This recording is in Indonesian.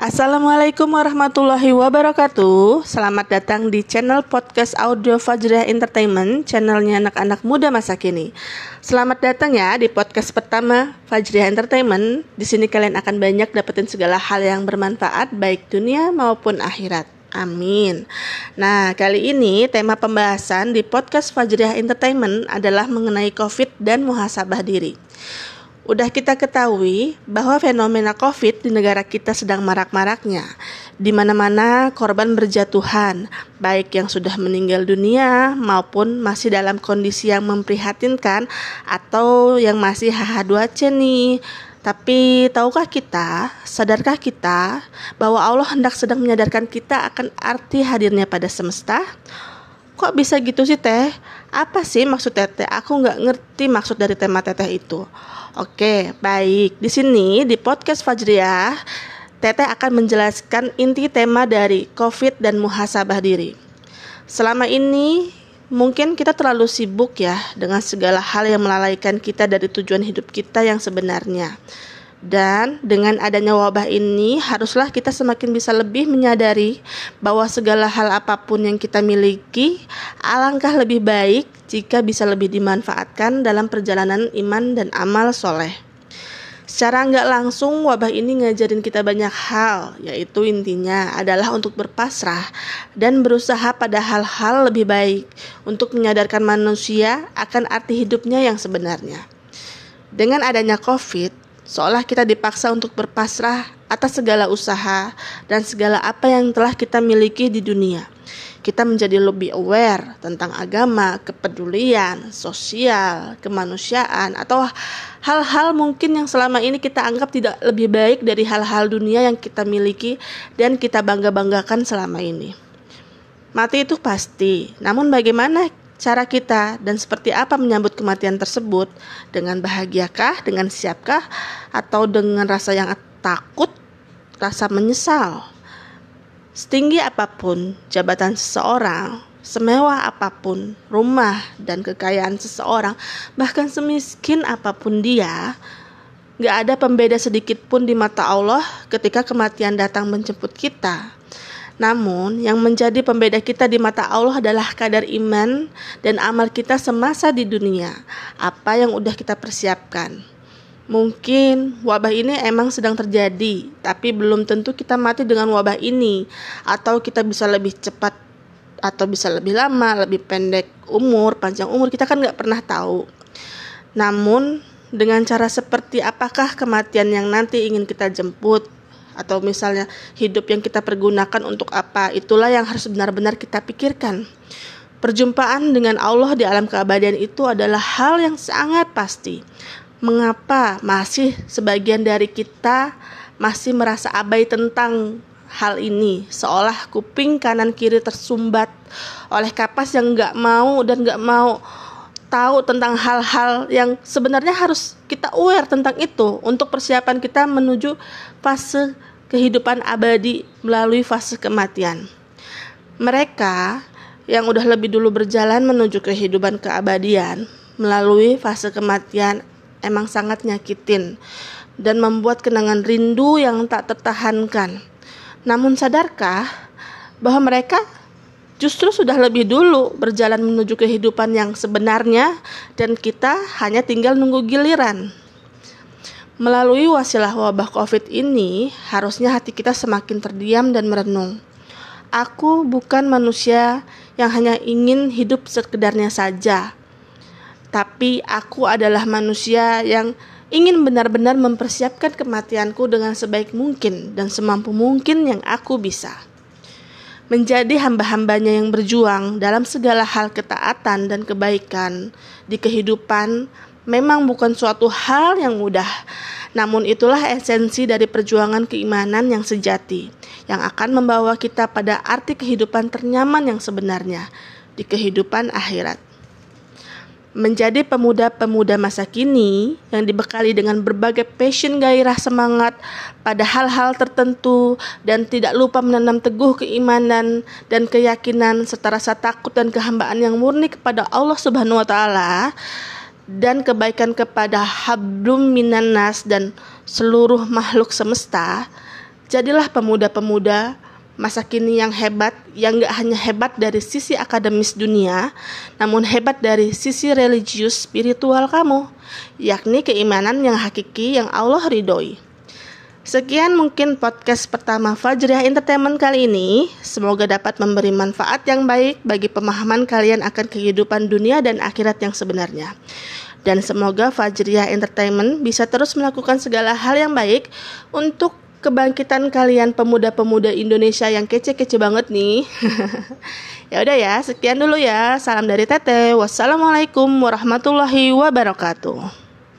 Assalamualaikum warahmatullahi wabarakatuh. Selamat datang di channel podcast audio Fajriah Entertainment, channelnya anak-anak muda masa kini. Selamat datang ya di podcast pertama Fajriah Entertainment. Di sini kalian akan banyak dapetin segala hal yang bermanfaat baik dunia maupun akhirat. Amin. Nah, kali ini tema pembahasan di podcast Fajriah Entertainment adalah mengenai COVID dan muhasabah diri. Udah kita ketahui bahwa fenomena COVID di negara kita sedang marak-maraknya. Di mana-mana korban berjatuhan, baik yang sudah meninggal dunia maupun masih dalam kondisi yang memprihatinkan atau yang masih H2C nih. Tapi tahukah kita, sadarkah kita bahwa Allah hendak sedang menyadarkan kita akan arti hadirnya pada semesta? Kok bisa gitu sih Teh? Apa sih maksud Teteh? Aku nggak ngerti maksud dari tema Teteh itu. Oke, baik. Di sini di podcast Fajriah, Teteh akan menjelaskan inti tema dari COVID dan muhasabah diri. Selama ini mungkin kita terlalu sibuk ya dengan segala hal yang melalaikan kita dari tujuan hidup kita yang sebenarnya. Dan dengan adanya wabah ini, haruslah kita semakin bisa lebih menyadari bahwa segala hal apapun yang kita miliki, alangkah lebih baik jika bisa lebih dimanfaatkan dalam perjalanan iman dan amal soleh. Secara nggak langsung, wabah ini ngajarin kita banyak hal, yaitu intinya adalah untuk berpasrah dan berusaha pada hal-hal lebih baik untuk menyadarkan manusia akan arti hidupnya yang sebenarnya. Dengan adanya COVID, seolah kita dipaksa untuk berpasrah atas segala usaha dan segala apa yang telah kita miliki di dunia. Kita menjadi lebih aware tentang agama, kepedulian, sosial, kemanusiaan, atau hal-hal mungkin yang selama ini kita anggap tidak lebih baik dari hal-hal dunia yang kita miliki dan kita bangga-banggakan selama ini. Mati itu pasti, namun bagaimana cara kita dan seperti apa menyambut kematian tersebut? Dengan bahagiakah, dengan siapkah, atau dengan rasa yang takut, rasa menyesal? Setinggi apapun jabatan seseorang, semewah apapun rumah dan kekayaan seseorang, bahkan semiskin apapun dia, gak ada pembeda sedikit pun di mata Allah ketika kematian datang menjemput kita. Namun, yang menjadi pembeda kita di mata Allah adalah kadar iman dan amal kita semasa di dunia. Apa yang udah kita persiapkan. Mungkin wabah ini emang sedang terjadi, tapi belum tentu kita mati dengan wabah ini. Atau kita bisa lebih cepat, atau bisa lebih lama, lebih pendek umur, panjang umur, kita kan gak pernah tahu. Namun, dengan cara seperti apakah kematian yang nanti ingin kita jemput? Atau misalnya hidup yang kita pergunakan untuk apa, itulah yang harus benar-benar kita pikirkan. Perjumpaan dengan Allah di alam keabadian itu adalah hal yang sangat pasti. Mengapa masih sebagian dari kita masih merasa abai tentang hal ini, seolah kuping kanan kiri tersumbat oleh kapas yang gak mau dan gak mau tahu tentang hal-hal yang sebenarnya harus kita aware tentang itu untuk persiapan kita menuju fase kehidupan abadi melalui fase kematian. Mereka yang udah lebih dulu berjalan menuju kehidupan keabadian melalui fase kematian emang sangat nyakitin dan membuat kenangan rindu yang tak tertahankan. Namun sadarkah bahwa mereka justru sudah lebih dulu berjalan menuju kehidupan yang sebenarnya dan kita hanya tinggal nunggu giliran. Melalui wasilah wabah COVID ini, harusnya hati kita semakin terdiam dan merenung. Aku bukan manusia yang hanya ingin hidup sekedarnya saja, tapi aku adalah manusia yang ingin benar-benar mempersiapkan kematianku dengan sebaik mungkin dan semampu mungkin yang aku bisa. Menjadi hamba-hambanya yang berjuang dalam segala hal ketaatan dan kebaikan di kehidupan memang bukan suatu hal yang mudah. Namun itulah esensi dari perjuangan keimanan yang sejati, yang akan membawa kita pada arti kehidupan ternyaman yang sebenarnya di kehidupan akhirat. Menjadi pemuda-pemuda masa kini yang dibekali dengan berbagai passion, gairah, semangat pada hal-hal tertentu dan tidak lupa menanam teguh keimanan dan keyakinan serta rasa takut dan kehambaan yang murni kepada Allah Subhanahu wa taala dan kebaikan kepada hablum minan nas dan seluruh makhluk semesta. Jadilah pemuda-pemuda masa kini yang hebat, yang gak hanya hebat dari sisi akademis dunia, namun hebat dari sisi religius spiritual kamu, yakni keimanan yang hakiki yang Allah ridhoi. Sekian mungkin podcast pertama Fajriah Entertainment kali ini. Semoga dapat memberi manfaat yang baik bagi pemahaman kalian akan kehidupan dunia dan akhirat yang sebenarnya. Dan semoga Fajriah Entertainment bisa terus melakukan segala hal yang baik untuk kebangkitan kalian pemuda-pemuda Indonesia yang kece-kece banget nih. Ya udah ya, sekian dulu ya. Salam dari Teteh. Wassalamualaikum warahmatullahi wabarakatuh.